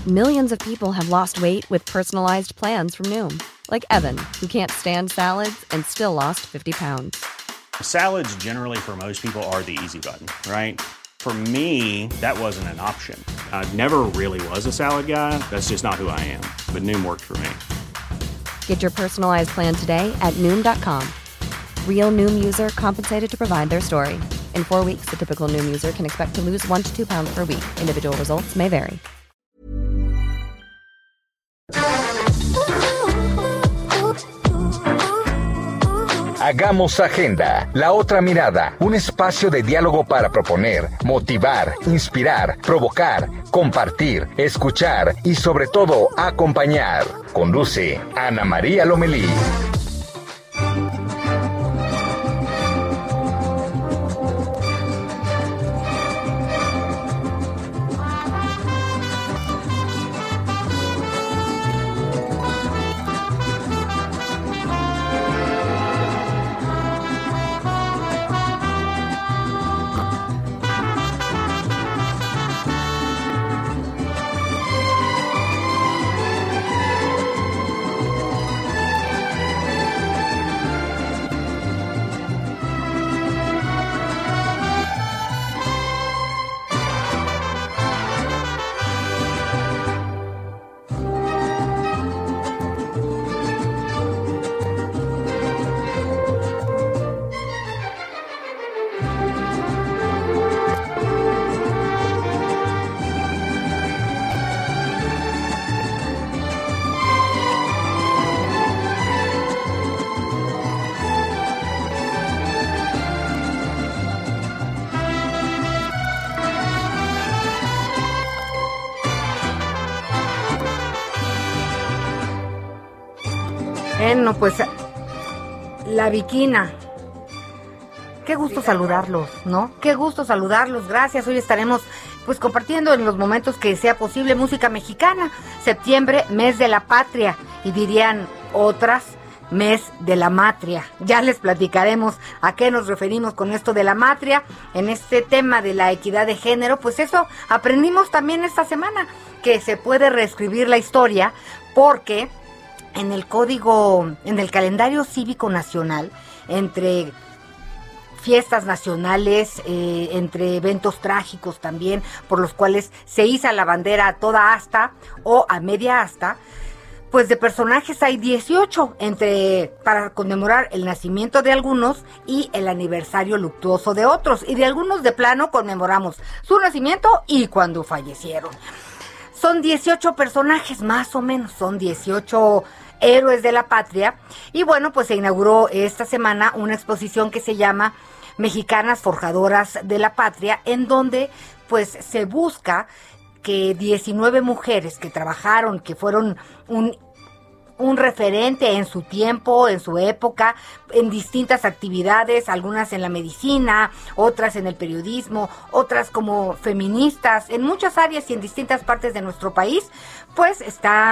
Millions of people have lost weight with personalized plans from Noom. Like Evan, who can't stand salads and still lost 50 pounds. Salads generally for most people are the easy button, right? For me, that wasn't an option. I never really was a salad guy. That's just not who I am. But Noom worked for me. Get your personalized plan today at Noom.com. Real Noom user compensated to provide their story. In 4 weeks, the typical Noom user can expect to lose 1 to 2 pounds per week. Individual results may vary. Hagamos Agenda, la otra mirada, un espacio de diálogo para proponer, motivar, inspirar, provocar, compartir, escuchar y sobre todo acompañar. Conduce Ana María Lomelí. Bueno, pues la Viquina. Qué gusto saludarlos, ¿no? Qué gusto saludarlos, gracias. Hoy estaremos pues compartiendo en los momentos que sea posible música mexicana. Septiembre, mes de la patria, y dirían otras, mes de la matria. Ya les platicaremos a qué nos referimos con esto de la matria. En este tema de la equidad de género, pues eso aprendimos también esta semana, que se puede reescribir la historia, porque en el calendario cívico nacional, entre fiestas nacionales, entre eventos trágicos también, por los cuales se iza la bandera a toda asta o a media asta, pues de personajes hay 18, para conmemorar el nacimiento de algunos y el aniversario luctuoso de otros, y de algunos de plano conmemoramos su nacimiento y cuando fallecieron. Son 18 personajes, más o menos, son 18 héroes de la patria. Y bueno, pues se inauguró esta semana una exposición que se llama Mexicanas Forjadoras de la Patria, en donde pues se busca que 19 mujeres que trabajaron, que fueron un referente en su tiempo, en su época, en distintas actividades, algunas en la medicina, otras en el periodismo, otras como feministas, en muchas áreas y en distintas partes de nuestro país, pues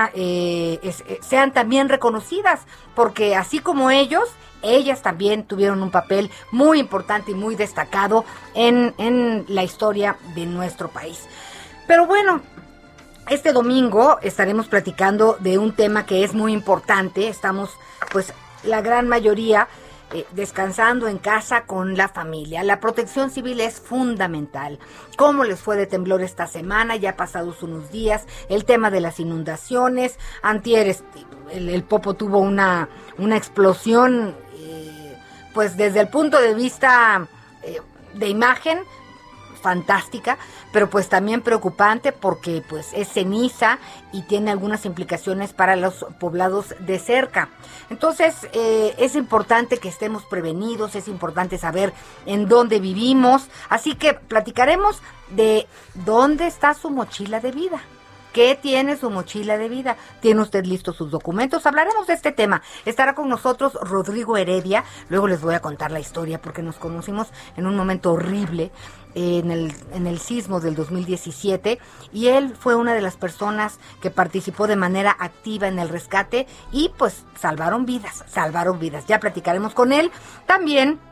sean también reconocidas, porque así como ellas también tuvieron un papel muy importante y muy destacado en la historia de nuestro país. Pero bueno, este domingo estaremos platicando de un tema que es muy importante. Estamos, pues, la gran mayoría descansando en casa con la familia. La protección civil es fundamental. ¿Cómo les fue de temblor esta semana? Ya pasados unos días. El tema de las inundaciones. Antier el Popo tuvo una explosión, pues desde el punto de vista de imagen, fantástica, pero pues también preocupante, porque pues es ceniza y tiene algunas implicaciones para los poblados de cerca. Entonces es importante que estemos prevenidos, es importante saber en dónde vivimos, así que platicaremos de dónde está su mochila de vida. ¿Qué tiene su mochila de vida? ¿Tiene usted listos sus documentos? Hablaremos de este tema. Estará con nosotros Rodrigo Heredia. Luego les voy a contar la historia, porque nos conocimos en un momento horrible en el sismo del 2017, y él fue una de las personas que participó de manera activa en el rescate y pues salvaron vidas. Ya platicaremos con él. También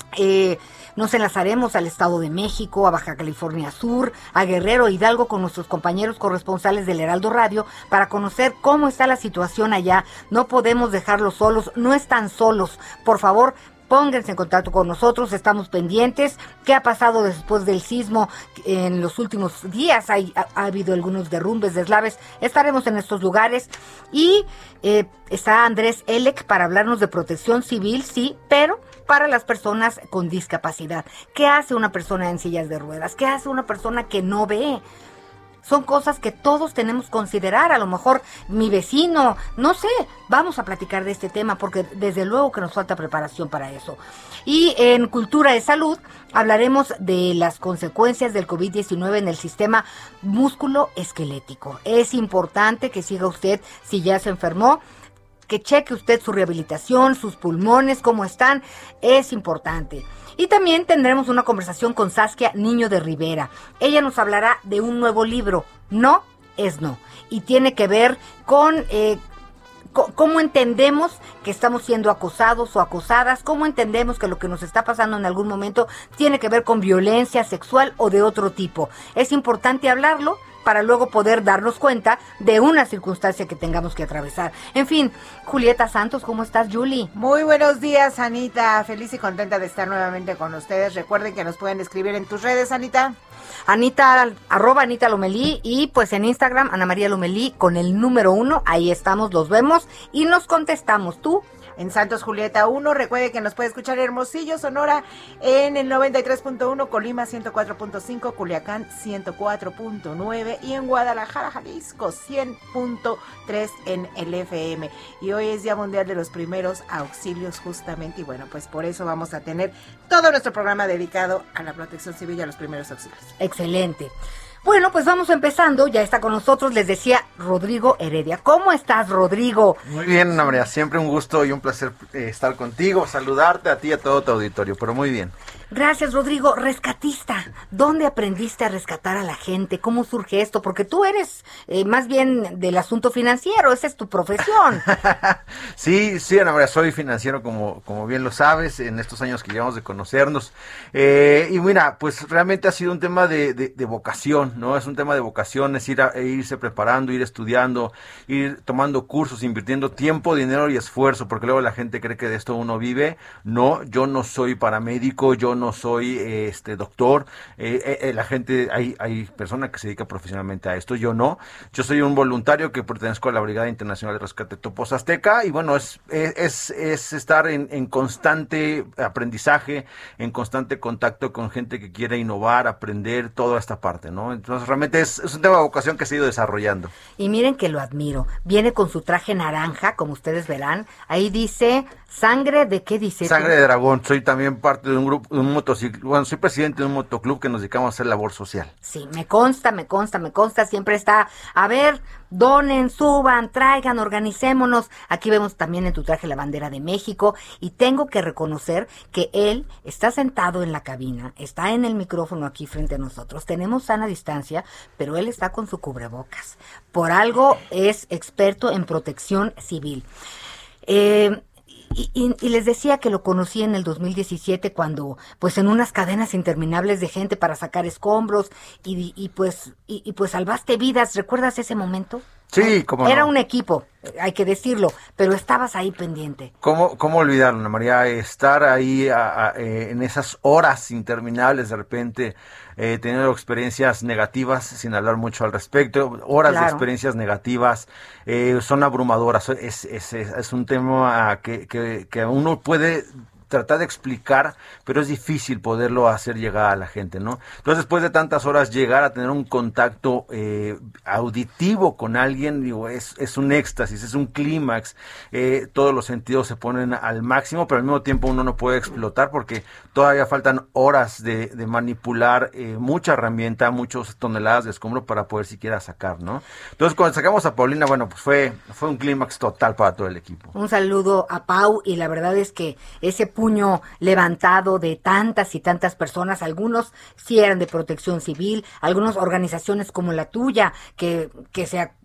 Nos enlazaremos al Estado de México, a Baja California Sur, a Guerrero, Hidalgo, con nuestros compañeros corresponsales del Heraldo Radio para conocer cómo está la situación allá. No podemos dejarlos solos, no están solos. Por favor, pónganse en contacto con nosotros, estamos pendientes. ¿Qué ha pasado después del sismo en los últimos días? Ha habido algunos derrumbes, deslaves. Estaremos en estos lugares. Y está Andrés Elec para hablarnos de protección civil, sí, pero para las personas con discapacidad. ¿Qué hace una persona en sillas de ruedas? ¿Qué hace una persona que no ve? Son cosas que todos tenemos que considerar. A lo mejor mi vecino, no sé, vamos a platicar de este tema porque desde luego que nos falta preparación para eso. Y en Cultura de Salud hablaremos de las consecuencias del COVID-19 en el sistema músculo-esquelético. Es importante que siga usted, si ya se enfermó, que cheque usted su rehabilitación, sus pulmones, cómo están, es importante. Y también tendremos una conversación con Saskia Niño de Rivera. Ella nos hablará de un nuevo libro, No es No, y tiene que ver con cómo entendemos que estamos siendo acosados o acosadas, cómo entendemos que lo que nos está pasando en algún momento tiene que ver con violencia sexual o de otro tipo. Es importante hablarlo para luego poder darnos cuenta de una circunstancia que tengamos que atravesar. En fin, Julieta Santos, ¿cómo estás, Julie? Muy buenos días, Anita. Feliz y contenta de estar nuevamente con ustedes. Recuerden que nos pueden escribir en tus redes, Anita. Anita, @Anita Lomelí, y pues en Instagram, Ana María Lomelí, con el número 1, ahí estamos, los vemos y nos contestamos. ¿Tú? En Santos Julieta 1, recuerde que nos puede escuchar Hermosillo, Sonora, en el 93.1, Colima 104.5, Culiacán 104.9 y en Guadalajara, Jalisco 100.3 en el FM. Y hoy es Día Mundial de los Primeros Auxilios justamente, y bueno, pues por eso vamos a tener todo nuestro programa dedicado a la protección civil y a los primeros auxilios. Excelente. Bueno, pues vamos empezando. Ya está con nosotros, les decía, Rodrigo Heredia. ¿Cómo estás, Rodrigo? Muy bien, Ana María, siempre un gusto y un placer estar contigo, saludarte a ti y a todo tu auditorio, pero muy bien. Gracias, Rodrigo. Rescatista, ¿dónde aprendiste a rescatar a la gente? ¿Cómo surge esto? Porque tú eres más bien del asunto financiero, esa es tu profesión. Sí, Ana María, soy financiero, como bien lo sabes, en estos años que llevamos de conocernos. Y mira, pues realmente ha sido un tema de vocación, ¿no? Es un tema de vocación, es irse preparando, ir estudiando, ir tomando cursos, invirtiendo tiempo, dinero y esfuerzo, porque luego la gente cree que de esto uno vive. No, yo no soy paramédico, yo no soy doctor, la gente, hay personas que se dedican profesionalmente a esto, yo no, yo soy un voluntario que pertenezco a la Brigada Internacional de Rescate Topos Azteca, y bueno, es estar en constante aprendizaje, en constante contacto con gente que quiere innovar, aprender, toda esta parte, ¿no? Entonces realmente es un tema de vocación que se ha ido desarrollando. Y miren que lo admiro, viene con su traje naranja, como ustedes verán, ahí dice, ¿sangre de qué dice? Sangre de dragón, soy también parte de un grupo, de un motociclo, bueno, soy presidente de un motoclub que nos dedicamos a hacer labor social. Sí, me consta, siempre está, a ver, donen, suban, traigan, organicémonos. Aquí vemos también en tu traje la bandera de México, y tengo que reconocer que él está sentado en la cabina, está en el micrófono aquí frente a nosotros, tenemos sana distancia, pero él está con su cubrebocas. Por algo es experto en protección civil. Y les decía que lo conocí en el 2017 cuando, pues en unas cadenas interminables de gente para sacar escombros y pues salvaste vidas. ¿Recuerdas ese momento? Sí, cómo no. Era un equipo, hay que decirlo, pero estabas ahí pendiente. ¿Cómo olvidarlo, Ana María? Estar ahí en esas horas interminables, de repente teniendo experiencias negativas, sin hablar mucho al respecto, horas de experiencias negativas, son abrumadoras. Es un tema que uno puede tratar de explicar, pero es difícil poderlo hacer llegar a la gente, ¿no? Entonces, después de tantas horas, llegar a tener un contacto auditivo con alguien, digo, es un éxtasis, es un clímax, todos los sentidos se ponen al máximo, pero al mismo tiempo uno no puede explotar porque todavía faltan horas de manipular mucha herramienta, muchas toneladas de escombro para poder siquiera sacar, ¿no? Entonces, cuando sacamos a Paulina, bueno, pues fue un clímax total para todo el equipo. Un saludo a Pau, y la verdad es que ese puño levantado de tantas y tantas personas, algunos sí eran de protección civil, algunas organizaciones como la tuya, que se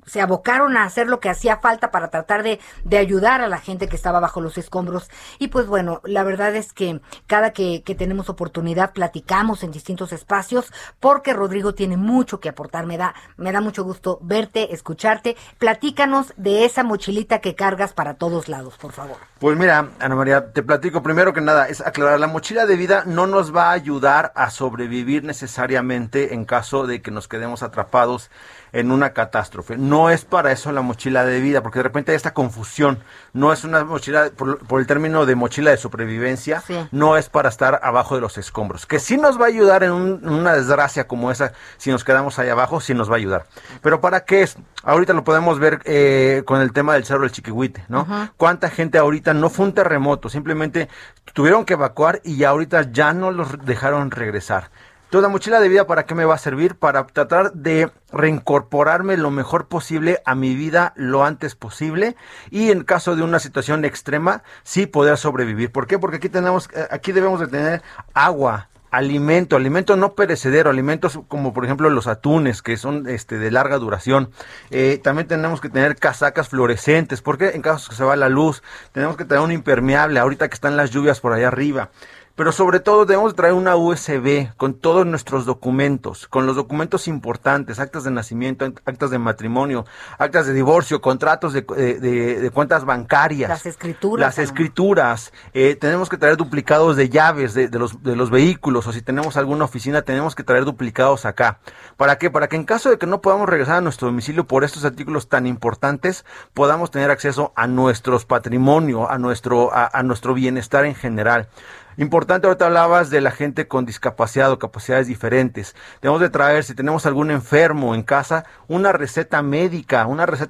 se abocaron a hacer lo que hacía falta para tratar de ayudar a la gente que estaba bajo los escombros. Y pues bueno, la verdad es que cada que tenemos oportunidad platicamos en distintos espacios, porque Rodrigo tiene mucho que aportar. Me da mucho gusto verte, escucharte. Platícanos de esa mochilita que cargas para todos lados, por favor. Pues mira, Ana María, te platico primero que nada, es aclarar, la mochila de vida no nos va a ayudar a sobrevivir necesariamente en caso de que nos quedemos atrapados en una catástrofe. No es para eso la mochila de vida, porque de repente hay esta confusión. No es una mochila, por el término de mochila de supervivencia, sí. No es para estar abajo de los escombros. Que sí nos va a ayudar en una desgracia como esa, si nos quedamos ahí abajo, sí nos va a ayudar. Pero ¿para qué es? Ahorita lo podemos ver con el tema del Cerro del Chiquihuite, ¿no? Uh-huh. ¿Cuánta gente ahorita no fue un terremoto? Simplemente tuvieron que evacuar y ya ahorita ya no los dejaron regresar. Entonces, la mochila de vida, ¿para qué me va a servir? Para tratar de reincorporarme lo mejor posible a mi vida lo antes posible, y en caso de una situación extrema, sí poder sobrevivir. ¿Por qué? Porque aquí debemos de tener agua, alimento no perecedero, alimentos como por ejemplo los atunes, que son de larga duración. También tenemos que tener casacas fluorescentes, porque en caso que se va la luz, tenemos que tener un impermeable, ahorita que están las lluvias por allá arriba. Pero sobre todo debemos traer una USB con todos nuestros documentos, con los documentos importantes, actas de nacimiento, actas de matrimonio, actas de divorcio, contratos de cuentas bancarias. Las escrituras. Tenemos que traer duplicados de llaves de los vehículos, o si tenemos alguna oficina, tenemos que traer duplicados acá. ¿Para qué? Para que en caso de que no podamos regresar a nuestro domicilio por estos artículos tan importantes, podamos tener acceso a nuestros patrimonios, a nuestro bienestar en general. Importante, ahorita hablabas de la gente con discapacidad o capacidades diferentes. Debemos de traer, si tenemos algún enfermo en casa, una receta médica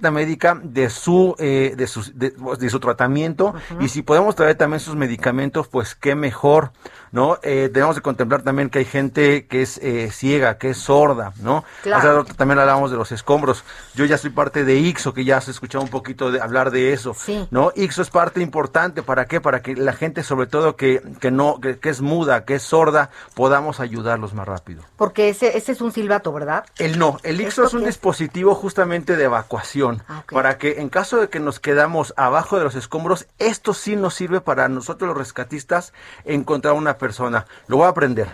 de su tratamiento. Uh-huh. Y si podemos traer también sus medicamentos, pues qué mejor, ¿no? Debemos de contemplar también que hay gente que es ciega, que es sorda, ¿no? Claro. O sea, también hablábamos de los escombros. Yo ya soy parte de IXO, que ya has escuchado un poquito de hablar de eso, sí. ¿No? IXO es parte importante, ¿para qué? Para que la gente, sobre todo que es muda, que es sorda, podamos ayudarlos más rápido. Porque ese es un silbato, ¿verdad? El IXO es un dispositivo justamente de evacuación, okay. Para que en caso de que nos quedamos abajo de los escombros, esto sí nos sirve para nosotros los rescatistas encontrar una persona. Lo voy a aprender.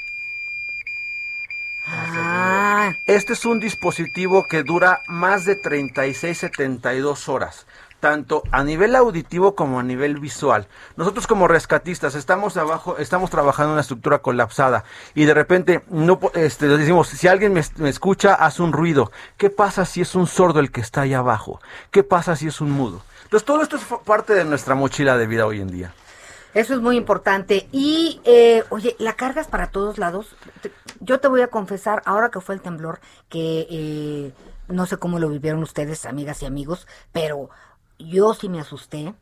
Este es un dispositivo que dura más de 36-72 horas. Tanto a nivel auditivo como a nivel visual. Nosotros como rescatistas estamos trabajando en una estructura colapsada y de repente les decimos, si alguien me escucha, haz un ruido. ¿Qué pasa si es un sordo el que está ahí abajo? ¿Qué pasa si es un mudo? Entonces todo esto es parte de nuestra mochila de vida hoy en día. Eso es muy importante. Y, oye, ¿la cargas para todos lados? Yo te voy a confesar, ahora que fue el temblor, que no sé cómo lo vivieron ustedes, amigas y amigos, pero yo sí me asusté.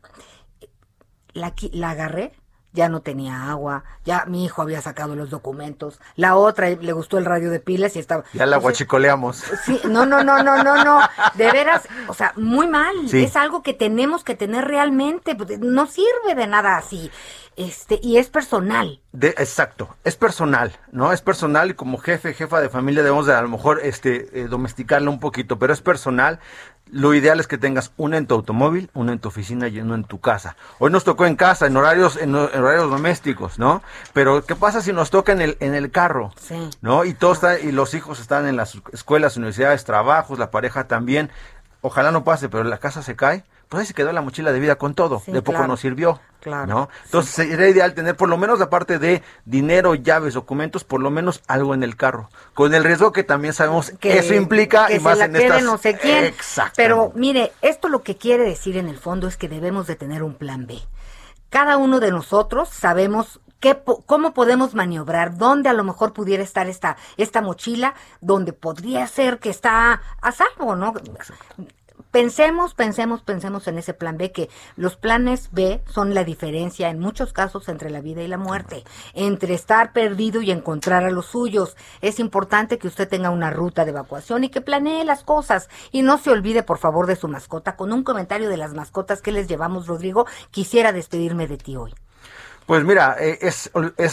La agarré, ya no tenía agua, ya mi hijo había sacado los documentos, la otra le gustó el radio de pilas y estaba... Ya la guachicoleamos. Sí, no, de veras, o sea, muy mal, sí. Es algo que tenemos que tener realmente, no sirve de nada así, y es personal. Exacto, es personal, ¿no? Es personal y como jefa de familia debemos de a lo mejor domesticarlo un poquito, pero es personal. Lo ideal es que tengas una en tu automóvil, una en tu oficina y una en tu casa. Hoy nos tocó en casa, en horarios domésticos, ¿no? Pero ¿qué pasa si nos toca en el carro? Sí. ¿No? Y y los hijos están en las escuelas, universidades, trabajos, la pareja también. Ojalá no pase, pero la casa se cae. Pues ahí se quedó la mochila de vida con todo. Sí, de poco nos sirvió. Claro. ¿No? Entonces sería ideal tener por lo menos la parte de dinero, llaves, documentos, por lo menos algo en el carro. Con el riesgo que también sabemos que eso implica que y más en estas... no sé quién. Exacto. Pero mire, esto lo que quiere decir en el fondo es que debemos de tener un plan B. Cada uno de nosotros sabemos cómo podemos maniobrar, dónde a lo mejor pudiera estar esta mochila, donde podría ser que está a salvo, ¿no? Exacto. Pensemos en ese plan B, que los planes B son la diferencia en muchos casos entre la vida y la muerte, entre estar perdido y encontrar a los suyos. Es importante que usted tenga una ruta de evacuación y que planee las cosas. Y no se olvide, por favor, de su mascota. Con un comentario de las mascotas que les llevamos, Rodrigo, quisiera despedirme de ti hoy. Pues mira, es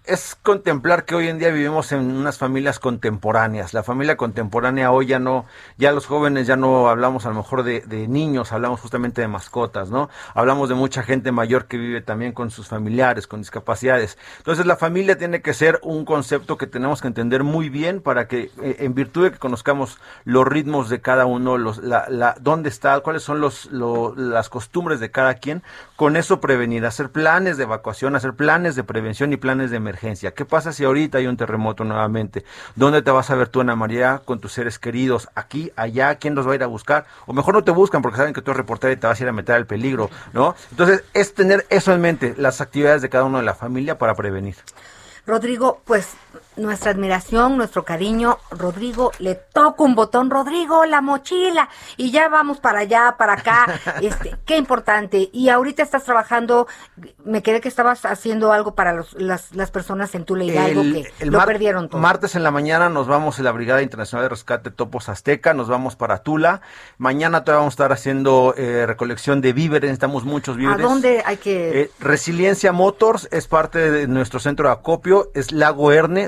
es contemplar que hoy en día vivimos en unas familias contemporáneas. La familia contemporánea hoy ya los jóvenes ya no hablamos a lo mejor de niños, hablamos justamente de mascotas, ¿no? Hablamos de mucha gente mayor que vive también con sus familiares, con discapacidades. Entonces la familia tiene que ser un concepto que tenemos que entender muy bien para que, en virtud de que conozcamos los ritmos de cada uno, dónde está, cuáles son las costumbres de cada quien, con eso prevenir, hacer planes de evacuación, hacer planes de prevención y planes de emergencia. ¿Qué pasa si ahorita hay un terremoto nuevamente? ¿Dónde te vas a ver tú, Ana María, con tus seres queridos? ¿Aquí, allá? ¿Quién los va a ir a buscar? O mejor no te buscan porque saben que tú eres reportero y te vas a ir a meter al peligro, ¿no? Entonces, es tener eso en mente, las actividades de cada uno de la familia para prevenir. Rodrigo, pues nuestra admiración, nuestro cariño. Rodrigo, le toco un botón, Rodrigo, la mochila, y ya vamos para allá, para acá. Qué importante. Y ahorita estás trabajando, me quedé que estabas haciendo algo para las personas en Tula Hidalgo que lo perdieron todo. Martes en la mañana nos vamos en la Brigada Internacional de Rescate Topos Azteca, nos vamos para Tula. Mañana todavía vamos a estar haciendo recolección de víveres, necesitamos muchos víveres. ¿A dónde hay que...? Resiliencia Motors es parte de nuestro centro de acopio, es Lago Erne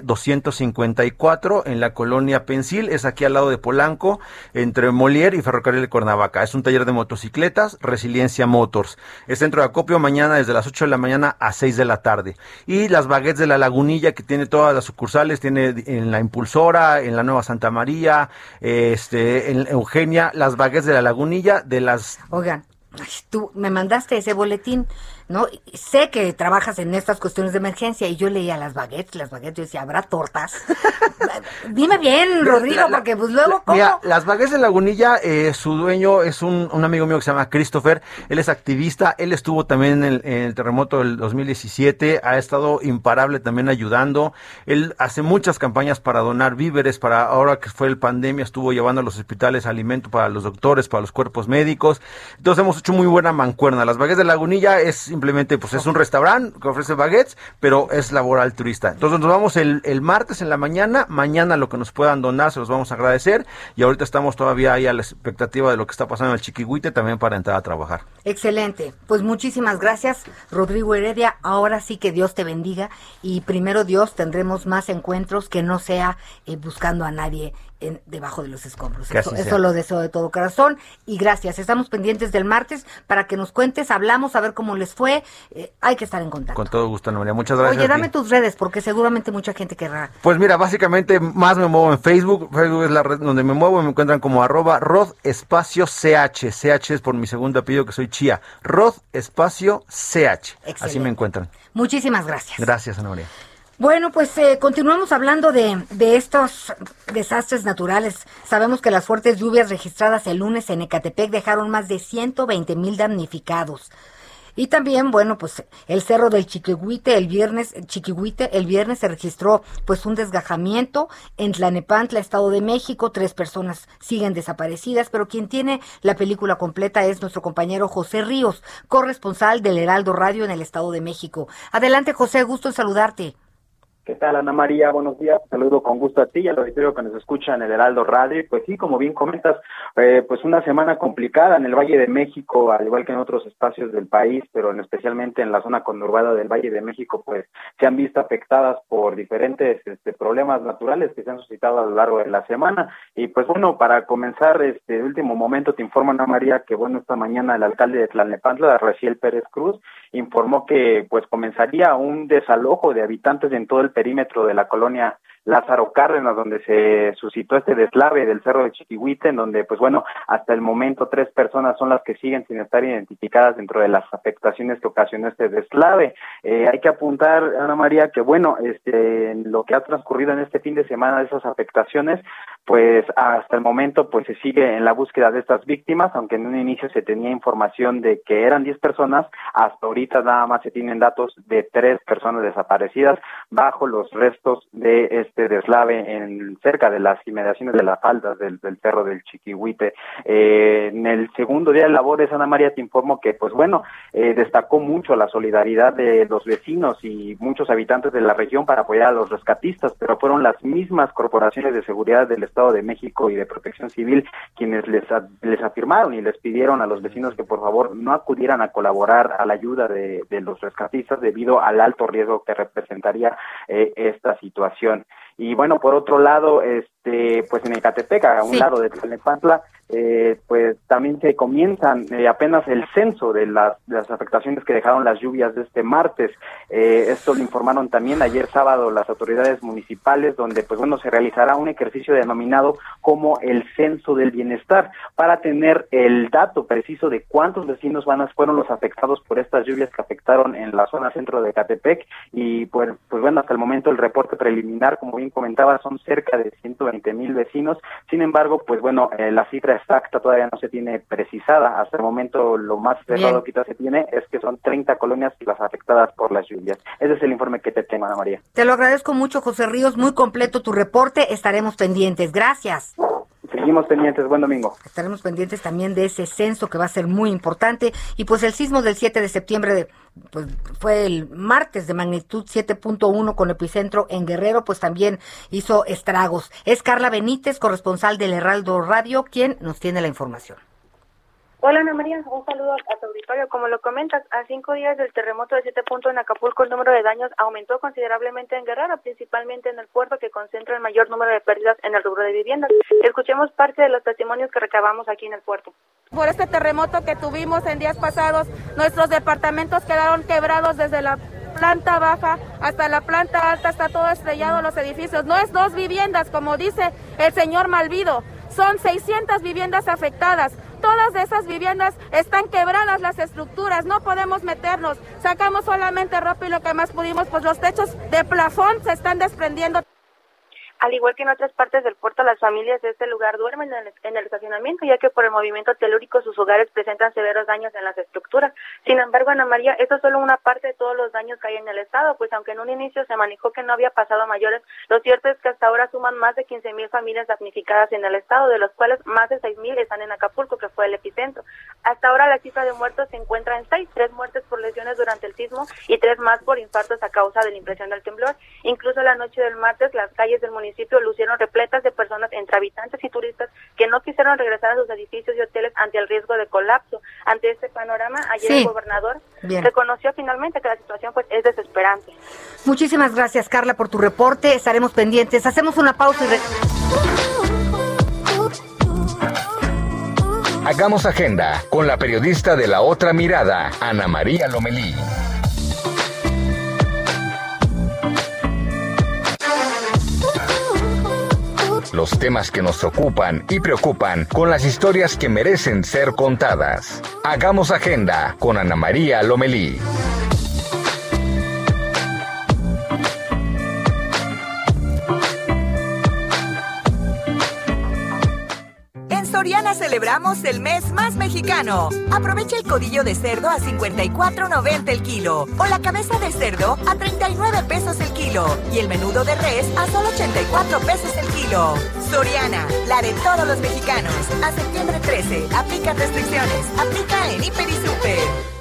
254 en la colonia Pensil, es aquí al lado de Polanco, entre Molière y Ferrocarril de Cuernavaca. Es un taller de motocicletas, Resiliencia Motors. Es centro de acopio mañana desde las 8 de la mañana a 6 de la tarde. Y las baguettes de la Lagunilla, que tiene todas las sucursales, tiene en la Impulsora, en la Nueva Santa María, en Eugenia, las baguettes de la Lagunilla, de las... Oigan, tú me mandaste ese boletín, ¿no? Sé que trabajas en estas cuestiones de emergencia y yo leía las baguettes, yo decía, ¿habrá tortas? Dime bien, Rodrigo, porque pues luego, ¿cómo? Mira, las baguettes de Lagunilla, su dueño es un amigo mío que se llama Christopher, él es activista, él estuvo también en el terremoto del 2017, ha estado imparable también ayudando, él hace muchas campañas para donar víveres, ahora que fue el pandemia, estuvo llevando a los hospitales alimento para los doctores, para los cuerpos médicos, entonces hemos hecho muy buena mancuerna. Las baguettes de Lagunilla es simplemente, pues es un restaurante que ofrece baguettes, pero es labor altruista. Entonces nos vamos el martes en la mañana lo que nos puedan donar se los vamos a agradecer, y ahorita estamos todavía ahí a la expectativa de lo que está pasando en el Chiquihuite también para entrar a trabajar. Excelente, pues muchísimas gracias, Rodrigo Heredia. Ahora sí que Dios te bendiga, y primero Dios, tendremos más encuentros, que no sea buscando a nadie debajo de los escombros. Eso lo deseo de todo corazón, y gracias. Estamos pendientes del martes para que nos cuentes, hablamos, a ver cómo les fue. Hay que estar en contacto. Con todo gusto, Ana María, muchas gracias. Oye, dame tus redes, porque seguramente mucha gente querrá. Pues mira, básicamente más me muevo en Facebook es la red donde me muevo, me encuentran como @Rod_CH, CH es por mi segundo apellido que soy Chía, Rod_CH, Excelente. Así me encuentran. Muchísimas gracias. Gracias, Ana María. Bueno, pues continuamos hablando de estos desastres naturales. Sabemos que las fuertes lluvias registradas el lunes en Ecatepec dejaron más de 120,000 damnificados. Y también, bueno, pues el cerro del Chiquihuite el viernes se registró pues un desgajamiento en Tlalnepantla, Estado de México. 3 personas siguen desaparecidas, pero quien tiene la película completa es nuestro compañero José Ríos, corresponsal del Heraldo Radio en el Estado de México. Adelante, José, gusto en saludarte. ¿Qué tal, Ana María? Buenos días. Saludo con gusto a ti y al auditorio que nos escucha en el Heraldo Radio. Pues sí, como bien comentas, pues una semana complicada en el Valle de México, al igual que en otros espacios del país, pero especialmente en la zona conurbada del Valle de México, pues se han visto afectadas por diferentes problemas naturales que se han suscitado a lo largo de la semana. Y pues bueno, para comenzar, de último momento te informo, Ana María, que bueno, esta mañana el alcalde de Tlalnepantla, Raciel Pérez Cruz, informó que pues comenzaría un desalojo de habitantes en todo el perímetro de la colonia Lázaro Cárdenas, donde se suscitó este deslave del cerro de Chiquihuite, en donde, pues bueno, hasta el momento 3 personas son las que siguen sin estar identificadas dentro de las afectaciones que ocasionó este deslave. Hay que apuntar, Ana María, que bueno, en lo que ha transcurrido en este fin de semana de esas afectaciones, pues hasta el momento pues se sigue en la búsqueda de estas víctimas, aunque en un inicio se tenía información de que eran 10 personas, hasta ahorita nada más se tienen datos de 3 personas desaparecidas bajo los restos de deslave cerca de las inmediaciones de las faldas del cerro del Chiquihuite. En el segundo día de labores, Ana María, te informo que pues bueno, destacó mucho la solidaridad de los vecinos y muchos habitantes de la región para apoyar a los rescatistas, pero fueron las mismas corporaciones de seguridad del Estado de México y de Protección Civil, quienes les afirmaron y les pidieron a los vecinos que por favor no acudieran a colaborar a la ayuda de los rescatistas debido al alto riesgo que representaría esta situación. Y bueno, por otro lado, pues en Ecatepec, a un lado de Tlalnepantla, pues también se comienzan apenas el censo de las afectaciones que dejaron las lluvias de este martes. Esto lo informaron también ayer sábado las autoridades municipales, donde pues bueno, se realizará un ejercicio denominado como el censo del bienestar, para tener el dato preciso de cuántos vecinos fueron los afectados por estas lluvias que afectaron en la zona centro de Ecatepec. Y pues bueno, hasta el momento el reporte preliminar, como bien comentaba, son cerca de 120,000 vecinos. Sin embargo, pues bueno, la cifra exacta todavía no se tiene precisada. Hasta el momento lo más cerrado que se tiene es que son 30 colonias las afectadas por las lluvias. Ese es el informe que te tengo, Ana María. Te lo agradezco mucho, José Ríos, muy completo tu reporte, estaremos pendientes. Gracias. Seguimos pendientes, buen domingo. Estaremos pendientes también de ese censo que va a ser muy importante. Y pues el sismo del 7 de septiembre, pues fue el martes de magnitud 7.1 con epicentro en Guerrero, pues también hizo estragos. Es Carla Benítez, corresponsal del Heraldo Radio, quien nos tiene la información. Hola Ana María, un saludo a tu auditorio. Como lo comentas, a 5 días del terremoto de 7 puntos en Acapulco, el número de daños aumentó considerablemente en Guerrero, principalmente en el puerto, que concentra el mayor número de pérdidas en el rubro de viviendas. Escuchemos parte de los testimonios que recabamos aquí en el puerto. Por este terremoto que tuvimos en días pasados, nuestros departamentos quedaron quebrados desde la planta baja hasta la planta alta, está todo estrellado los edificios. No es 2 viviendas, como dice el señor Malvido, son 600 viviendas afectadas. Todas de esas viviendas están quebradas las estructuras, no podemos meternos, sacamos solamente ropa y lo que más pudimos, pues los techos de plafón se están desprendiendo. Al igual que en otras partes del puerto, las familias de este lugar duermen en el estacionamiento, ya que por el movimiento telúrico sus hogares presentan severos daños en las estructuras. Sin embargo, Ana María, esto es solo una parte de todos los daños que hay en el estado, pues aunque en un inicio se manejó que no había pasado a mayores, lo cierto es que hasta ahora suman más de 15,000 familias damnificadas en el estado, de los cuales más de 6,000 están en Acapulco, que fue el epicentro. Hasta ahora la cifra de muertos se encuentra en 6, 3 muertes por lesiones durante el sismo y 3 más por infartos a causa de la impresión del temblor. Incluso la noche del martes, las calles del municipio lucieron repletas de personas entre habitantes y turistas que no quisieron regresar a sus edificios y hoteles ante el riesgo de colapso. Ante este panorama, ayer el gobernador reconoció finalmente que la situación pues es desesperante. Muchísimas gracias, Carla, por tu reporte. Estaremos pendientes. Hacemos una pausa y Hagamos agenda con la periodista de La Otra Mirada, Ana María Lomelí. Los temas que nos ocupan y preocupan con las historias que merecen ser contadas. Hagamos agenda con Ana María Lomelí. En Soriana celebramos el mes más mexicano. Aprovecha el codillo de cerdo a $54.90 el kilo o la cabeza de cerdo a 39 pesos el kilo y el menudo de res a solo 84 pesos el kilo. Soriana, la de todos los mexicanos. A septiembre 13, aplican restricciones. Aplica en Hiper y Super.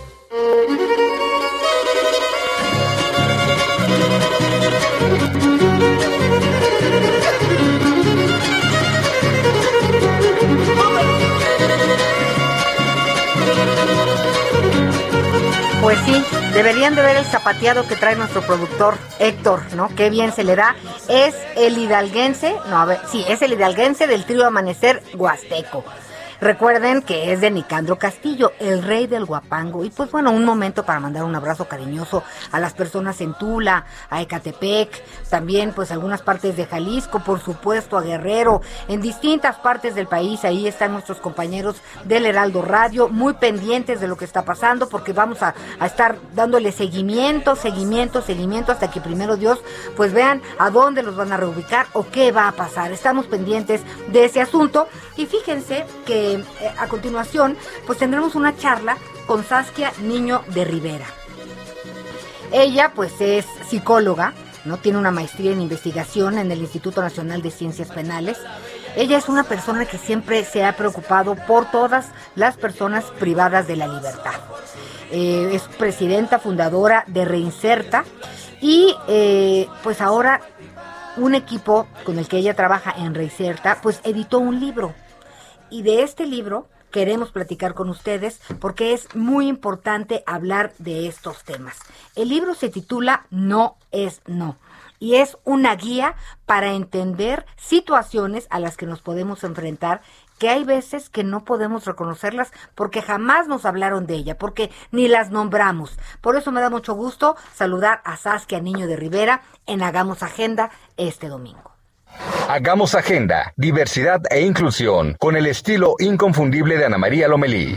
Pues sí, deberían de ver el zapateado que trae nuestro productor Héctor, ¿no? Qué bien se le da. Es el hidalguense, es el hidalguense del trío Amanecer Huasteco. Recuerden que es de Nicandro Castillo, el rey del guapango. Y pues bueno, un momento para mandar un abrazo cariñoso a las personas en Tula, a Ecatepec, también pues algunas partes de Jalisco, por supuesto a Guerrero, en distintas partes del país. Ahí están nuestros compañeros del Heraldo Radio, muy pendientes de lo que está pasando, porque vamos a estar dándole seguimiento, hasta que primero Dios pues vean a dónde los van a reubicar o qué va a pasar. Estamos pendientes de ese asunto y fíjense que a continuación pues tendremos una charla con Saskia Niño de Rivera. Ella pues es psicóloga, ¿no? Tiene una maestría en investigación en el Instituto Nacional de Ciencias Penales. Ella es una persona que siempre se ha preocupado por todas las personas privadas de la libertad. Es presidenta fundadora de Reinserta y pues ahora un equipo con el que ella trabaja en Reinserta, pues editó un libro. Y de este libro queremos platicar con ustedes porque es muy importante hablar de estos temas. El libro se titula No es No y es una guía para entender situaciones a las que nos podemos enfrentar, que hay veces que no podemos reconocerlas porque jamás nos hablaron de ella, porque ni las nombramos. Por eso me da mucho gusto saludar a Saskia Niño de Rivera en Hagamos Agenda este domingo. Hagamos Agenda, diversidad e inclusión, con el estilo inconfundible de Ana María Lomelí.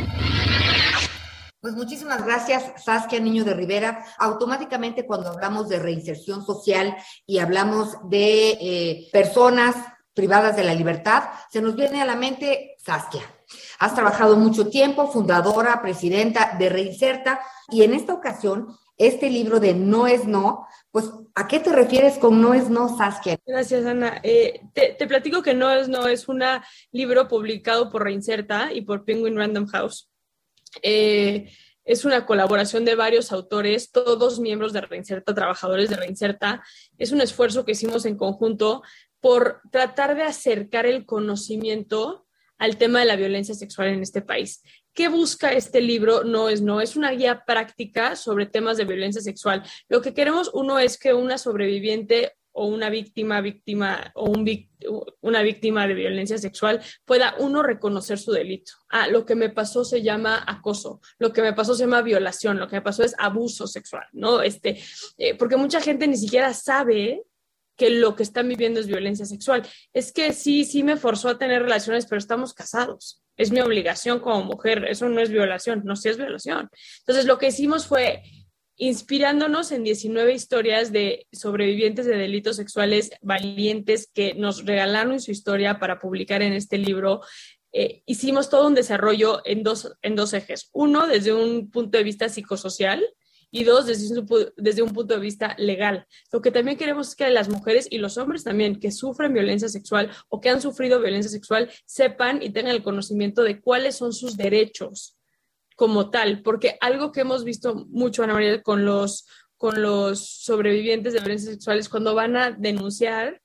Pues muchísimas gracias, Saskia Niño de Rivera. Automáticamente cuando hablamos de reinserción social y hablamos de personas privadas de la libertad, se nos viene a la mente Saskia. Has trabajado mucho tiempo, fundadora, presidenta de Reinserta, y en esta ocasión, este libro de No es No, pues, ¿a qué te refieres con No es No, Saskia? Gracias, Ana. Te platico que No es No es un libro publicado por Reinserta y por Penguin Random House. Es una colaboración de varios autores, todos miembros de Reinserta, trabajadores de Reinserta. Es un esfuerzo que hicimos en conjunto por tratar de acercar el conocimiento al tema de la violencia sexual en este país. ¿Qué busca este libro? No es No, es una guía práctica sobre temas de violencia sexual. Lo que queremos, uno, es que una sobreviviente o una víctima o una víctima de violencia sexual pueda, uno, reconocer su delito. Lo que me pasó se llama acoso, lo que me pasó se llama violación, lo que me pasó es abuso sexual, ¿no? Porque mucha gente ni siquiera sabe que lo que están viviendo es violencia sexual. Es que sí me forzó a tener relaciones, pero estamos casados. Es mi obligación como mujer, eso no es violación, no, sí es violación. Entonces, lo que hicimos fue, inspirándonos en 19 historias de sobrevivientes de delitos sexuales valientes que nos regalaron su historia para publicar en este libro, hicimos todo un desarrollo en dos ejes. Uno, desde un punto de vista psicosocial, y dos, desde un punto de vista legal. Lo que también queremos es que las mujeres y los hombres también que sufren violencia sexual o que han sufrido violencia sexual sepan y tengan el conocimiento de cuáles son sus derechos como tal, porque algo que hemos visto mucho, Ana María, con los sobrevivientes de violencia sexual es cuando van a denunciar,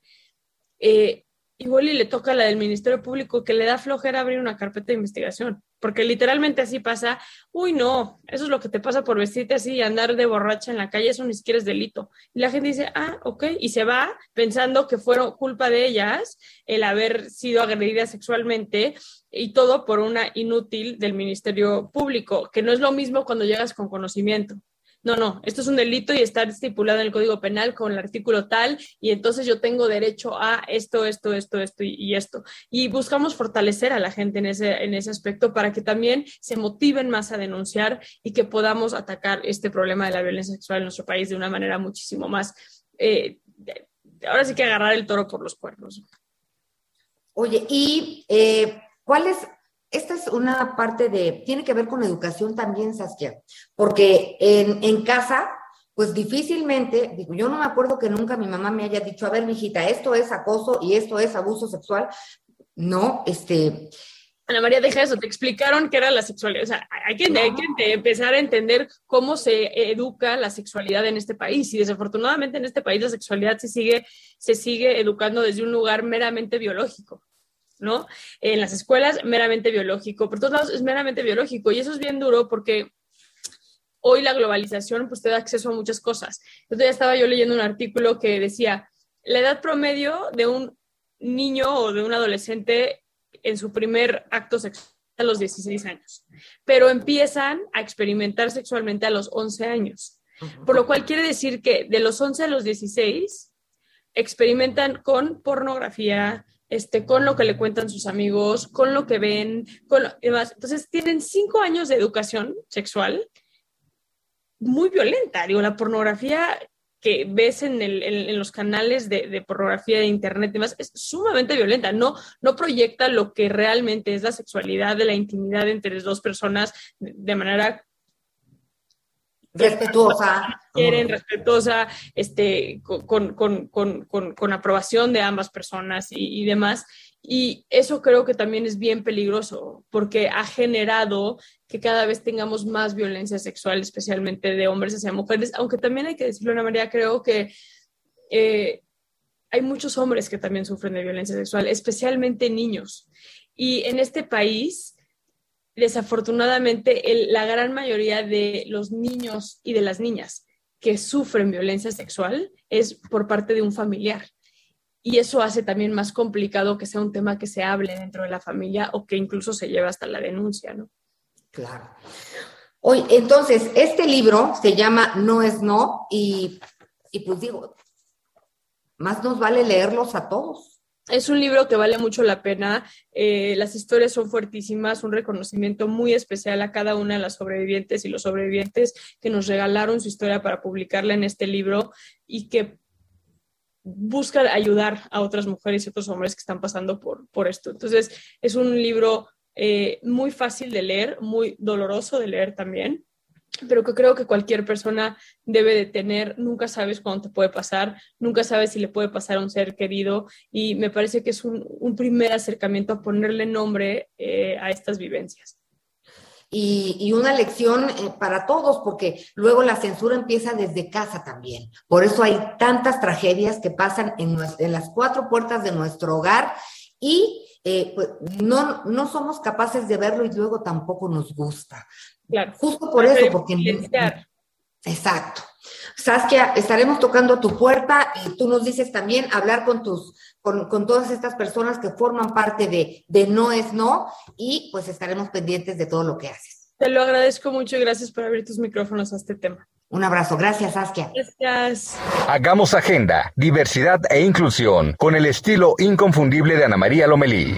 igual y le toca a la del Ministerio Público que le da flojera abrir una carpeta de investigación, porque literalmente así pasa. Uy, no, eso es lo que te pasa por vestirte así y andar de borracha en la calle, eso ni siquiera es delito. Y la gente dice, ok, y se va pensando que fueron culpa de ellas el haber sido agredidas sexualmente, y todo por una inútil del Ministerio Público, que no es lo mismo cuando llegas con conocimiento. No, esto es un delito y está estipulado en el Código Penal con el artículo tal, y entonces yo tengo derecho a esto y esto. Y buscamos fortalecer a la gente en ese aspecto para que también se motiven más a denunciar y que podamos atacar este problema de la violencia sexual en nuestro país de una manera muchísimo más, ahora sí que agarrar el toro por los cuernos. Oye, y ¿cuál es? Esta es una parte tiene que ver con educación también, Saskia, porque en casa, pues difícilmente, digo, yo no me acuerdo que nunca mi mamá me haya dicho, a ver, mijita, esto es acoso y esto es abuso sexual. No, Ana María, deja eso, te explicaron qué era la sexualidad. O sea, hay que empezar a entender cómo se educa la sexualidad en este país, y desafortunadamente en este país la sexualidad se sigue educando desde un lugar meramente biológico, ¿no? En las escuelas, meramente biológico, por todos lados es meramente biológico, y eso es bien duro porque hoy la globalización pues te da acceso a muchas cosas. Entonces ya estaba yo leyendo un artículo que decía, la edad promedio de un niño o de un adolescente en su primer acto sexual a los 16 años, pero empiezan a experimentar sexualmente a los 11 años, por lo cual quiere decir que de los 11 a los 16 experimentan con pornografía, con lo que le cuentan sus amigos, con lo que ven, con lo demás. Entonces tienen 5 años de educación sexual muy violenta. Digo, la pornografía que ves en los canales de pornografía de internet y demás es sumamente violenta. No proyecta lo que realmente es la sexualidad, de la intimidad entre dos personas de manera respetuosa, respetuosa, con aprobación de ambas personas y demás. Y eso creo que también es bien peligroso, porque ha generado que cada vez tengamos más violencia sexual, especialmente de hombres hacia mujeres, aunque también hay que decirlo, Ana María, creo que hay muchos hombres que también sufren de violencia sexual, especialmente niños. Y en este país, desafortunadamente, la gran mayoría de los niños y de las niñas que sufren violencia sexual es por parte de un familiar. Y eso hace también más complicado que sea un tema que se hable dentro de la familia o que incluso se lleve hasta la denuncia, ¿no? Claro. Oye, entonces, este libro se llama No es No y pues digo, más nos vale leerlos a todos. Es un libro que vale mucho la pena, las historias son fuertísimas, un reconocimiento muy especial a cada una de las sobrevivientes y los sobrevivientes que nos regalaron su historia para publicarla en este libro y que buscan ayudar a otras mujeres y otros hombres que están pasando por esto. Entonces, es un libro muy fácil de leer, muy doloroso de leer también, pero que creo que cualquier persona debe de tener. Nunca sabes cuándo te puede pasar, nunca sabes si le puede pasar a un ser querido, y me parece que es un primer acercamiento a ponerle nombre a estas vivencias. Y una lección para todos, porque luego la censura empieza desde casa también. Por eso hay tantas tragedias que pasan en las cuatro puertas de nuestro hogar y pues no somos capaces de verlo y luego tampoco nos gusta. Claro. Justo por eso, porque... Exacto. Saskia, estaremos tocando tu puerta y tú nos dices también hablar con todas estas personas que forman parte de No es No, y pues estaremos pendientes de todo lo que haces. Te lo agradezco mucho y gracias por abrir tus micrófonos a este tema. Un abrazo. Gracias, Saskia. Gracias. Hagamos agenda, diversidad e inclusión con el estilo inconfundible de Ana María Lomelí.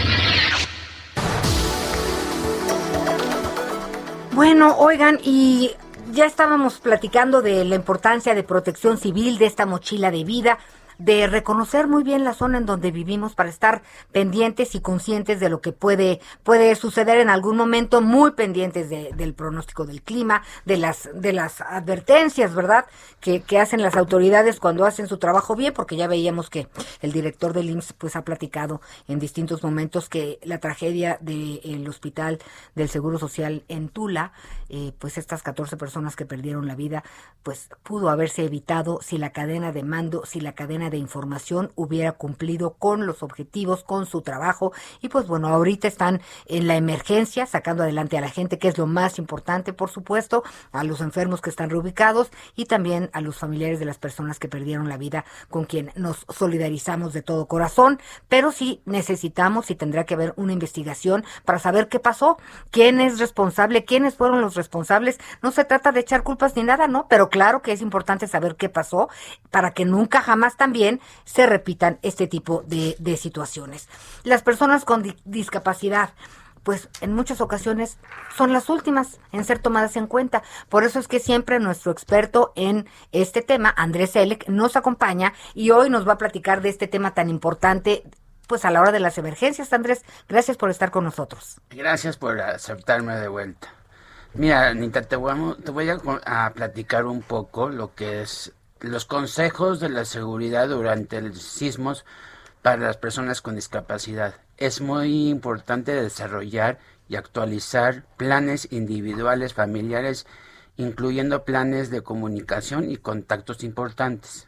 Bueno, oigan, y ya estábamos platicando de la importancia de protección civil, de esta mochila de vida, de reconocer muy bien la zona en donde vivimos para estar pendientes y conscientes de lo que puede suceder en algún momento, muy pendientes del pronóstico del clima, de las advertencias, ¿verdad?, que hacen las autoridades cuando hacen su trabajo bien, porque ya veíamos que el director del IMSS pues ha platicado en distintos momentos que la tragedia del hospital del Seguro Social en Tula, pues estas 14 personas que perdieron la vida, pues pudo haberse evitado si la cadena de mando, si la cadena de información hubiera cumplido con los objetivos, con su trabajo. Y pues bueno, ahorita están en la emergencia, sacando adelante a la gente, que es lo más importante, por supuesto, a los enfermos que están reubicados y también a los familiares de las personas que perdieron la vida, con quien nos solidarizamos de todo corazón. Pero sí necesitamos, y tendrá que haber una investigación para saber qué pasó, quién es responsable, quiénes fueron los responsables. No se trata de echar culpas ni nada, ¿no? Pero claro que es importante saber qué pasó para que nunca jamás también se repitan este tipo de situaciones. Las personas con discapacidad, pues en muchas ocasiones son las últimas en ser tomadas en cuenta. Por eso es que siempre nuestro experto en este tema, Andrés Elec, nos acompaña y hoy nos va a platicar de este tema tan importante, pues a la hora de las emergencias. Andrés, gracias por estar con nosotros. Gracias por aceptarme de vuelta. Mira, Anita, te voy a platicar un poco lo que es los consejos de la seguridad durante los sismos para las personas con discapacidad. Es muy importante desarrollar y actualizar planes individuales, familiares, incluyendo planes de comunicación y contactos importantes.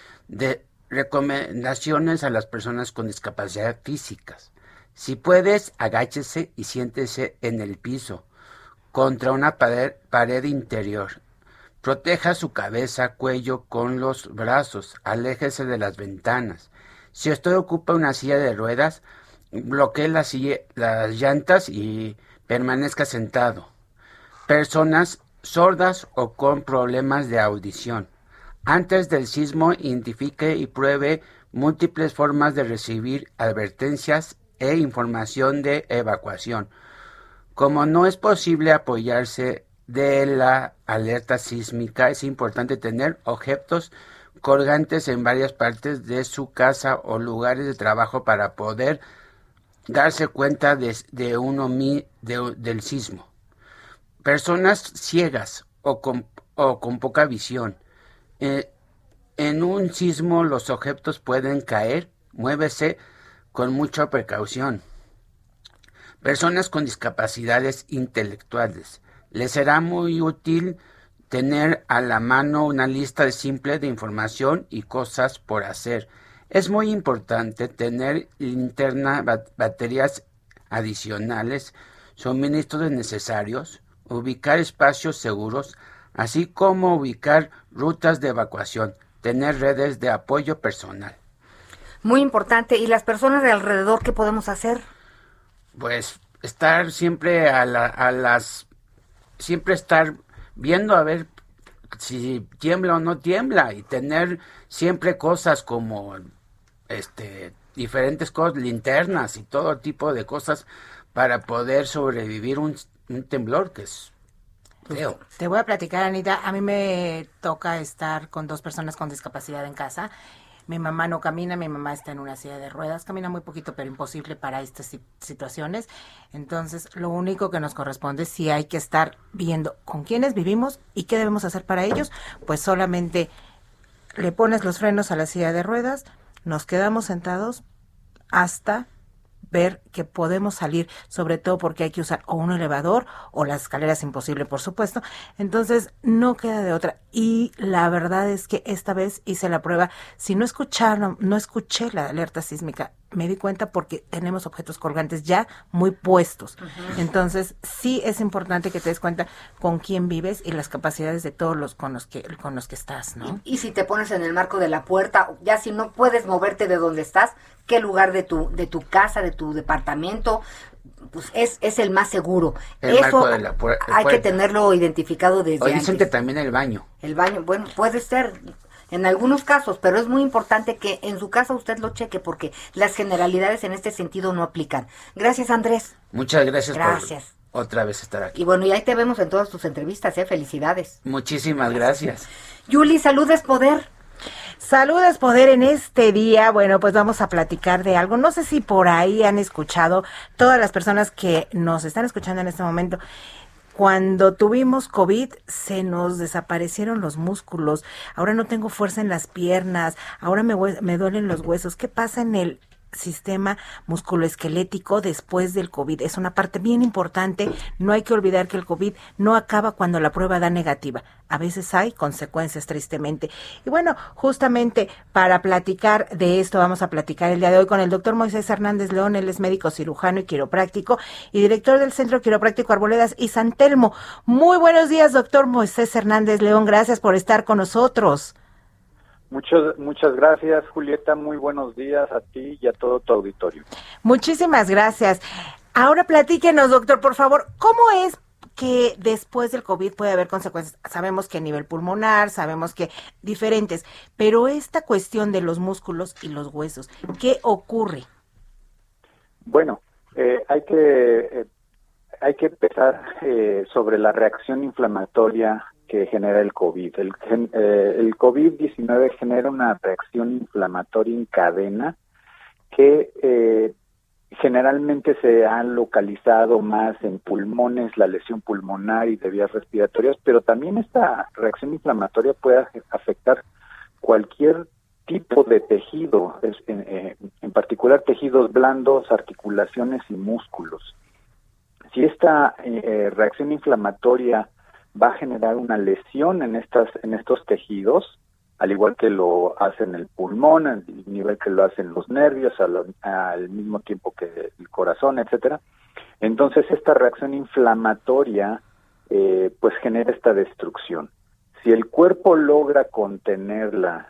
De recomendaciones a las personas con discapacidad físicas. Si puedes, agáchese y siéntese en el piso, contra una pared interior. Proteja su cabeza, cuello con los brazos, aléjese de las ventanas. Si usted ocupa una silla de ruedas, bloquee las llantas y permanezca sentado. Personas sordas o con problemas de audición. Antes del sismo, identifique y pruebe múltiples formas de recibir advertencias e información de evacuación. Como no es posible apoyarse de la alerta sísmica, es importante tener objetos colgantes en varias partes de su casa o lugares de trabajo para poder darse cuenta del sismo. Personas ciegas o con poca visión. En un sismo los objetos pueden caer, muévese con mucha precaución. Personas con discapacidades intelectuales. Les será muy útil tener a la mano una lista simple de información y cosas por hacer. Es muy importante tener linterna, baterías adicionales, suministros necesarios, ubicar espacios seguros, así como ubicar rutas de evacuación, tener redes de apoyo personal. Muy importante. ¿Y las personas de alrededor qué podemos hacer? Pues estar siempre siempre estar viendo a ver si tiembla o no tiembla, y tener siempre cosas como diferentes cosas, linternas y todo tipo de cosas para poder sobrevivir un temblor que es feo. Te voy a platicar, Anita. A mí me toca estar con 2 personas con discapacidad en casa. Mi mamá no camina, mi mamá está en una silla de ruedas, camina muy poquito, pero imposible para estas situaciones. Entonces, lo único que nos corresponde, si hay que estar viendo con quiénes vivimos y qué debemos hacer para ellos, pues solamente le pones los frenos a la silla de ruedas, nos quedamos sentados hasta ver que podemos salir, sobre todo porque hay que usar o un elevador o las escaleras, imposible, por supuesto. Entonces no queda de otra. Y la verdad es que esta vez hice la prueba. Si no escuché la alerta sísmica, me di cuenta porque tenemos objetos colgantes ya muy puestos. Uh-huh. Entonces sí es importante que te des cuenta con quién vives y las capacidades de todos los con los que estás, ¿no? Y si te pones en el marco de la puerta, ya si no puedes moverte de donde estás, qué lugar de tu casa, de tu departamento, pues es el más seguro. El marco de la puerta. Hay que tenerlo identificado desde antes. Dicen que también el baño. El baño, bueno, puede ser en algunos casos, pero es muy importante que en su casa usted lo cheque porque las generalidades en este sentido no aplican. Gracias, Andrés. Muchas gracias. Por otra vez estar aquí. Y bueno, y ahí te vemos en todas tus entrevistas, felicidades. Muchísimas gracias. Yuli, salud es poder. Salud es poder en este día. Bueno, pues vamos a platicar de algo. No sé si por ahí han escuchado, todas las personas que nos están escuchando en este momento, cuando tuvimos COVID se nos desaparecieron los músculos, ahora no tengo fuerza en las piernas, ahora me duelen los huesos. ¿Qué pasa en el sistema musculoesquelético después del COVID? Es una parte bien importante. No hay que olvidar que el COVID no acaba cuando la prueba da negativa. A veces hay consecuencias, tristemente. Y bueno, justamente para platicar de esto, vamos a platicar el día de hoy con el doctor Moisés Hernández León. Él es médico cirujano y quiropráctico y director del Centro Quiropráctico Arboledas y San Telmo. Muy buenos días, doctor Moisés Hernández León. Gracias por estar con nosotros. Muchas gracias, Julieta. Muy buenos días a ti y a todo tu auditorio. Muchísimas gracias. Ahora platíquenos, doctor, por favor, ¿cómo es que después del COVID puede haber consecuencias? Sabemos que a nivel pulmonar, sabemos que diferentes, pero esta cuestión de los músculos y los huesos, ¿qué ocurre? Bueno, hay que empezar sobre la reacción inflamatoria que genera el COVID. El COVID-19 genera una reacción inflamatoria en cadena que generalmente se ha localizado más en pulmones, la lesión pulmonar y de vías respiratorias, pero también esta reacción inflamatoria puede afectar cualquier tipo de tejido, en particular tejidos blandos, articulaciones y músculos. Si esta reacción inflamatoria va a generar una lesión en estos tejidos, al igual que lo hace en el pulmón, al nivel que lo hacen los nervios, al mismo tiempo que el corazón, etcétera. Entonces esta reacción inflamatoria pues genera esta destrucción. Si el cuerpo logra contenerla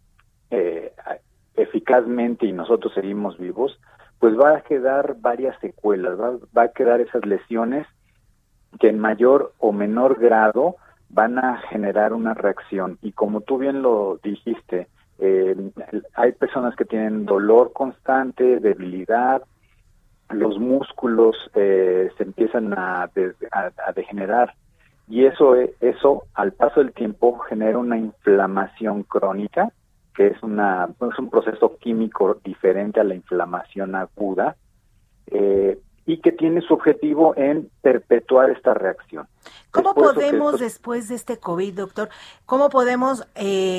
eficazmente y nosotros seguimos vivos, pues va a quedar varias secuelas, va a quedar esas lesiones que en mayor o menor grado van a generar una reacción. Y como tú bien lo dijiste, hay personas que tienen dolor constante, debilidad, los músculos se empiezan a degenerar, y eso al paso del tiempo genera una inflamación crónica, que es un proceso químico diferente a la inflamación aguda, y que tiene su objetivo en perpetuar esta reacción. ¿Cómo podemos, después de este COVID, doctor, cómo podemos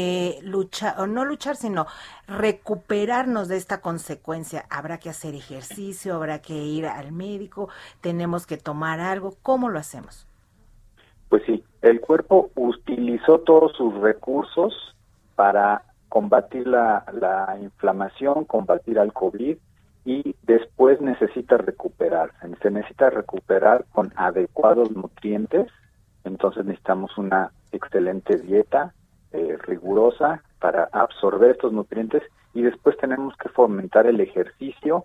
sino recuperarnos de esta consecuencia? ¿Habrá que hacer ejercicio? ¿Habrá que ir al médico? ¿Tenemos que tomar algo? ¿Cómo lo hacemos? Pues sí, el cuerpo utilizó todos sus recursos para combatir la inflamación, combatir al COVID, y después necesita recuperarse. Se necesita recuperar con adecuados nutrientes, entonces necesitamos una excelente dieta rigurosa para absorber estos nutrientes, y después tenemos que fomentar el ejercicio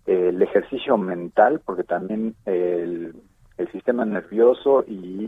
mental, porque también el sistema nervioso y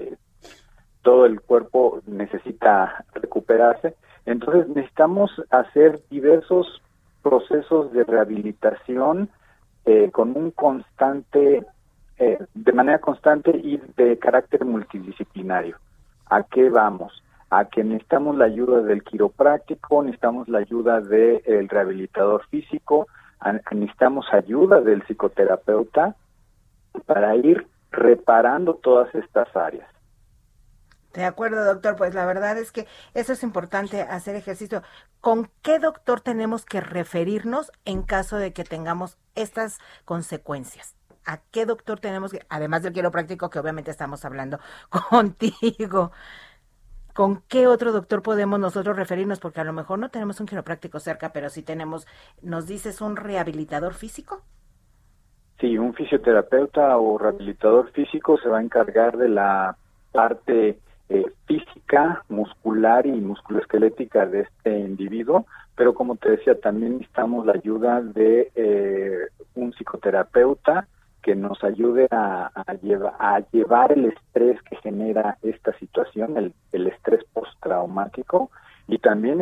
todo el cuerpo necesita recuperarse. Entonces necesitamos hacer diversos procesos de rehabilitación con un constante, de manera constante y de carácter multidisciplinario. ¿A qué vamos? A que necesitamos la ayuda del quiropráctico, necesitamos la ayuda del rehabilitador físico, necesitamos ayuda del psicoterapeuta para ir reparando todas estas áreas. De acuerdo, doctor, pues la verdad es que eso es importante, hacer ejercicio. ¿Con qué doctor tenemos que referirnos en caso de que tengamos estas consecuencias? ¿A qué doctor tenemos que, además del quiropráctico que obviamente estamos hablando contigo, con qué otro doctor podemos nosotros referirnos? Porque a lo mejor no tenemos un quiropráctico cerca, pero sí tenemos, ¿nos dices un rehabilitador físico? Sí, un fisioterapeuta o rehabilitador físico se va a encargar de la parte física, muscular y musculoesquelética de este individuo, pero como te decía, también necesitamos la ayuda de un psicoterapeuta que nos ayude a llevar el estrés que genera esta situación, el estrés postraumático, y también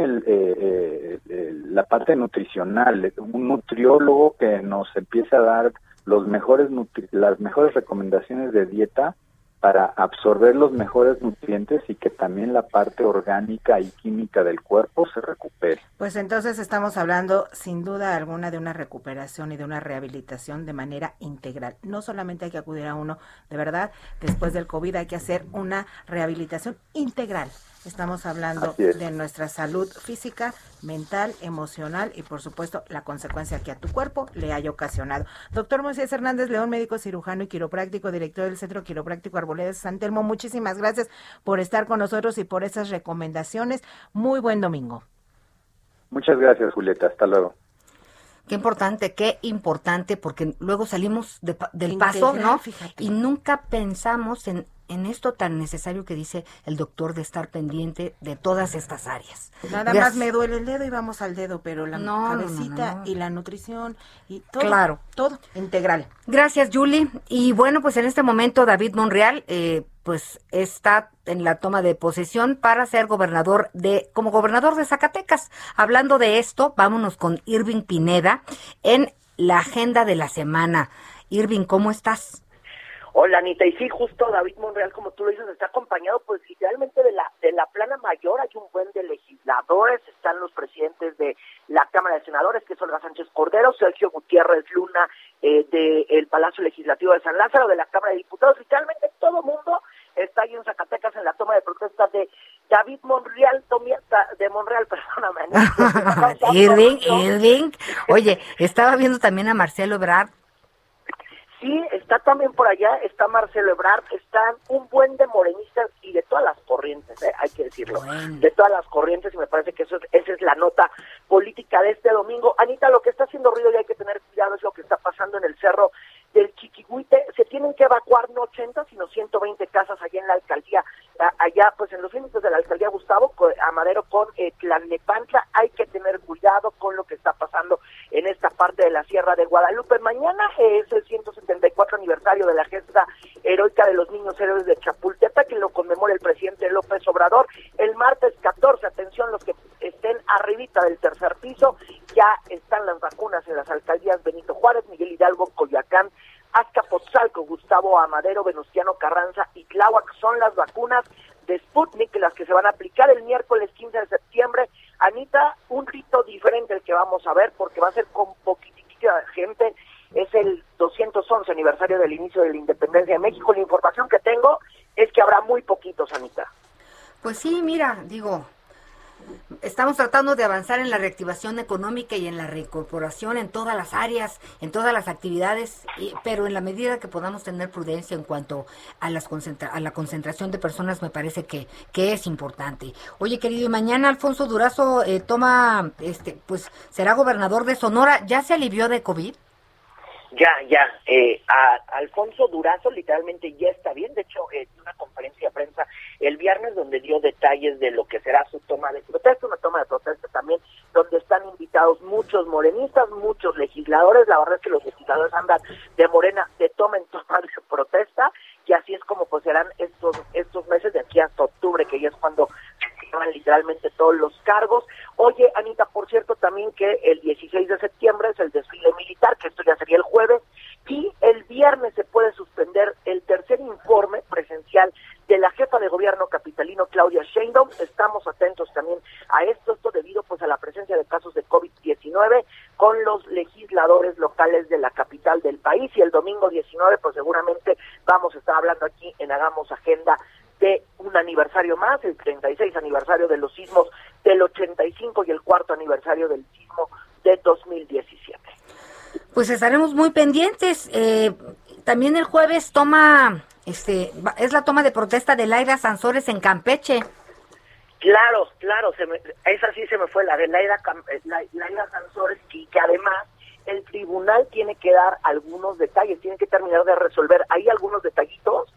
la parte nutricional, un nutriólogo que nos empiece a dar las mejores recomendaciones de dieta para absorber los mejores nutrientes y que también la parte orgánica y química del cuerpo se recupere. Pues entonces estamos hablando sin duda alguna de una recuperación y de una rehabilitación de manera integral. No solamente hay que acudir a uno, de verdad, después del COVID hay que hacer una rehabilitación integral. Estamos hablando de nuestra salud física, mental, emocional y por supuesto la consecuencia que a tu cuerpo le haya ocasionado. Doctor Moisés Hernández León, médico cirujano y quiropráctico, director del Centro Quiropráctico Arboledas San Telmo, muchísimas gracias por estar con nosotros y por esas recomendaciones. Muy buen domingo. Muchas gracias, Julieta. Hasta luego. Qué importante, porque luego salimos del paso, ¿no? Fíjate. Y nunca pensamos en esto tan necesario que dice el doctor, de estar pendiente de todas estas áreas. Nada más me duele el dedo y vamos al dedo, pero la cabecita y la nutrición y todo, claro, todo integral. Gracias, Julie. Y bueno, pues en este momento David Monreal pues está en la toma de posesión para ser como gobernador de Zacatecas. Hablando de esto, vámonos con Irving Pineda en la agenda de la semana. Irving, ¿cómo estás? Hola, Anita, y sí, justo David Monreal, como tú lo dices, está acompañado pues literalmente de la plana mayor. Hay un buen de legisladores, están los presidentes de la Cámara de Senadores, que es Olga Sánchez Cordero, Sergio Gutiérrez Luna, del Palacio Legislativo de San Lázaro, de la Cámara de Diputados. Literalmente todo mundo está ahí en Zacatecas en la toma de protesta de David Monreal, perdóname. Irving, oye, estaba viendo también a Marcelo Ebrard. Sí, está también por allá, está Marcelo Ebrard, están un buen de morenistas y de todas las corrientes, hay que decirlo, de todas las corrientes, y me parece que esa es la nota política de este domingo. Anita, lo que está haciendo ruido y hay que tener cuidado es lo que está pasando en el cerro del Chiquihuite. Se tienen que evacuar no 80, sino 120 casas allá en la alcaldía, allá pues en los límites de la alcaldía Gustavo Amadero con Tlalnepantla. Hay que tener cuidado con lo que está pasando en esta parte de la Sierra de Guadalupe. Mañana es el 174 aniversario de la gesta heroica de los niños héroes de Chapultepec, que lo conmemora el presidente López Obrador. El martes 14, atención, los que estén arribita del tercer piso, ya están las vacunas en las alcaldías Benito Juárez, Miguel Hidalgo, Coyoacán, Azcapotzalco, Gustavo Amadero, Venustiano Carranza y Tláhuac. Son las vacunas de Sputnik, las que se van a aplicar el miércoles 15 de septiembre. Anita, un rito diferente el que vamos a ver, porque va a ser con poquitita gente. Es el 211 aniversario del inicio de la independencia de México. La información que tengo es que habrá muy poquitos, Anita. Pues sí, mira, digo, estamos tratando de avanzar en la reactivación económica y en la reincorporación en todas las áreas, en todas las actividades, pero en la medida que podamos tener prudencia en cuanto a la concentración de personas, me parece que es importante. Oye, querido, y mañana Alfonso Durazo será gobernador de Sonora. ¿Ya se alivió de COVID? Ya. Alfonso Durazo literalmente ya está bien. De hecho, una conferencia de prensa el viernes donde dio detalles de lo que será su toma de protesta, una toma de protesta también donde están invitados muchos morenistas, muchos legisladores. La verdad es que los legisladores andan de Morena de toma en toma de protesta, y así es como pues serán estos meses de aquí hasta octubre, que ya es cuando se llevan literalmente todos los cargos. Oye, Anita, por cierto, también que el 16 de septiembre es el desfile militar, que esto ya sería el jueves, y el viernes se puede suspender el tercer informe presencial de la jefa de gobierno capitalino, Claudia Sheinbaum. Estamos atentos también a esto debido pues a la presencia de casos de COVID-19 con los legisladores locales de la capital del país, y el domingo 19 pues seguramente vamos a estar hablando aquí en Hagamos Agenda de un aniversario más, el 36 aniversario de los sismos del 85 y el cuarto aniversario del sismo de 2017. Pues estaremos muy pendientes. También el jueves es la toma de protesta de Laira Sansores en Campeche. Claro, esa sí se me fue, la de Laira Sansores, y que además el tribunal tiene que dar algunos detalles, tiene que terminar de resolver ahí algunos detallitos,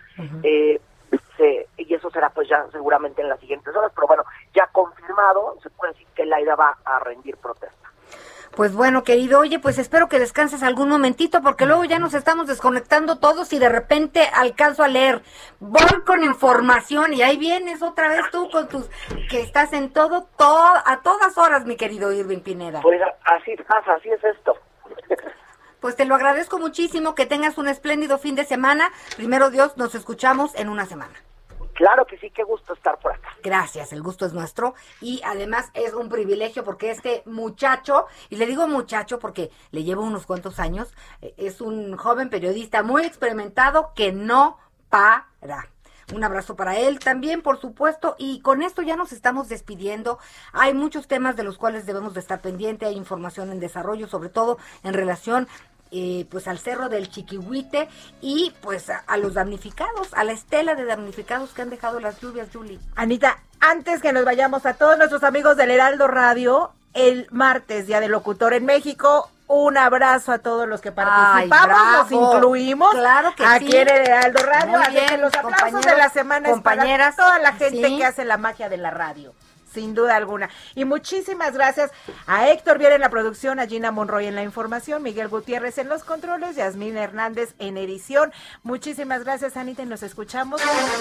y eso será pues ya seguramente en las siguientes horas, pero bueno, ya confirmado, se puede decir que Laira va a rendir protesta. Pues bueno, querido, oye, pues espero que descanses algún momentito, porque luego ya nos estamos desconectando todos y de repente alcanzo a leer. Voy con información y ahí vienes otra vez tú con que estás en todo a todas horas, mi querido Irving Pineda. Pues así pasa, así es esto. Pues te lo agradezco muchísimo, que tengas un espléndido fin de semana. Primero Dios, nos escuchamos en una semana. Claro que sí, qué gusto estar por acá. Gracias, el gusto es nuestro, y además es un privilegio porque este muchacho, y le digo muchacho porque le llevo unos cuantos años, es un joven periodista muy experimentado que no para. Un abrazo para él también, por supuesto, y con esto ya nos estamos despidiendo. Hay muchos temas de los cuales debemos de estar pendientes, hay información en desarrollo, sobre todo en relación pues al Cerro del Chiquihuite y pues a los damnificados, a la estela de damnificados que han dejado las lluvias, Julie. Anita, antes que nos vayamos, a todos nuestros amigos del Heraldo Radio, el martes, Día del Locutor en México, un abrazo a todos los que participamos. Ay, nos incluimos, claro que aquí en el Heraldo Radio. Así que los aplausos de la semana es para toda la gente que hace la magia de la radio, sin duda alguna. Y muchísimas gracias a Héctor Viera en la producción, a Gina Monroy en la información, Miguel Gutiérrez en los controles, Yasmín Hernández en edición. Muchísimas gracias, Anita, y nos escuchamos.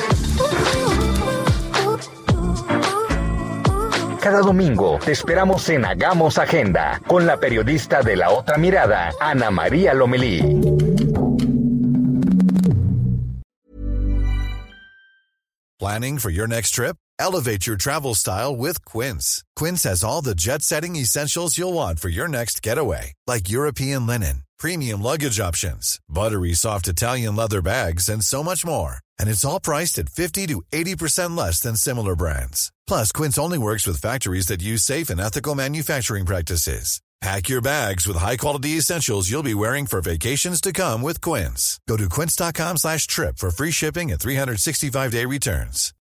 Cada domingo te esperamos en Hagamos Agenda con la periodista de La Otra Mirada, Ana María Lomelí. Planning for your next trip? Elevate your travel style with Quince. Quince has all the jet-setting essentials you'll want for your next getaway, like European linen, premium luggage options, buttery soft Italian leather bags, and so much more. And it's all priced at 50 to 80% less than similar brands. Plus, Quince only works with factories that use safe and ethical manufacturing practices. Pack your bags with high-quality essentials you'll be wearing for vacations to come with Quince. Go to quince.com/trip for free shipping and 365-day returns.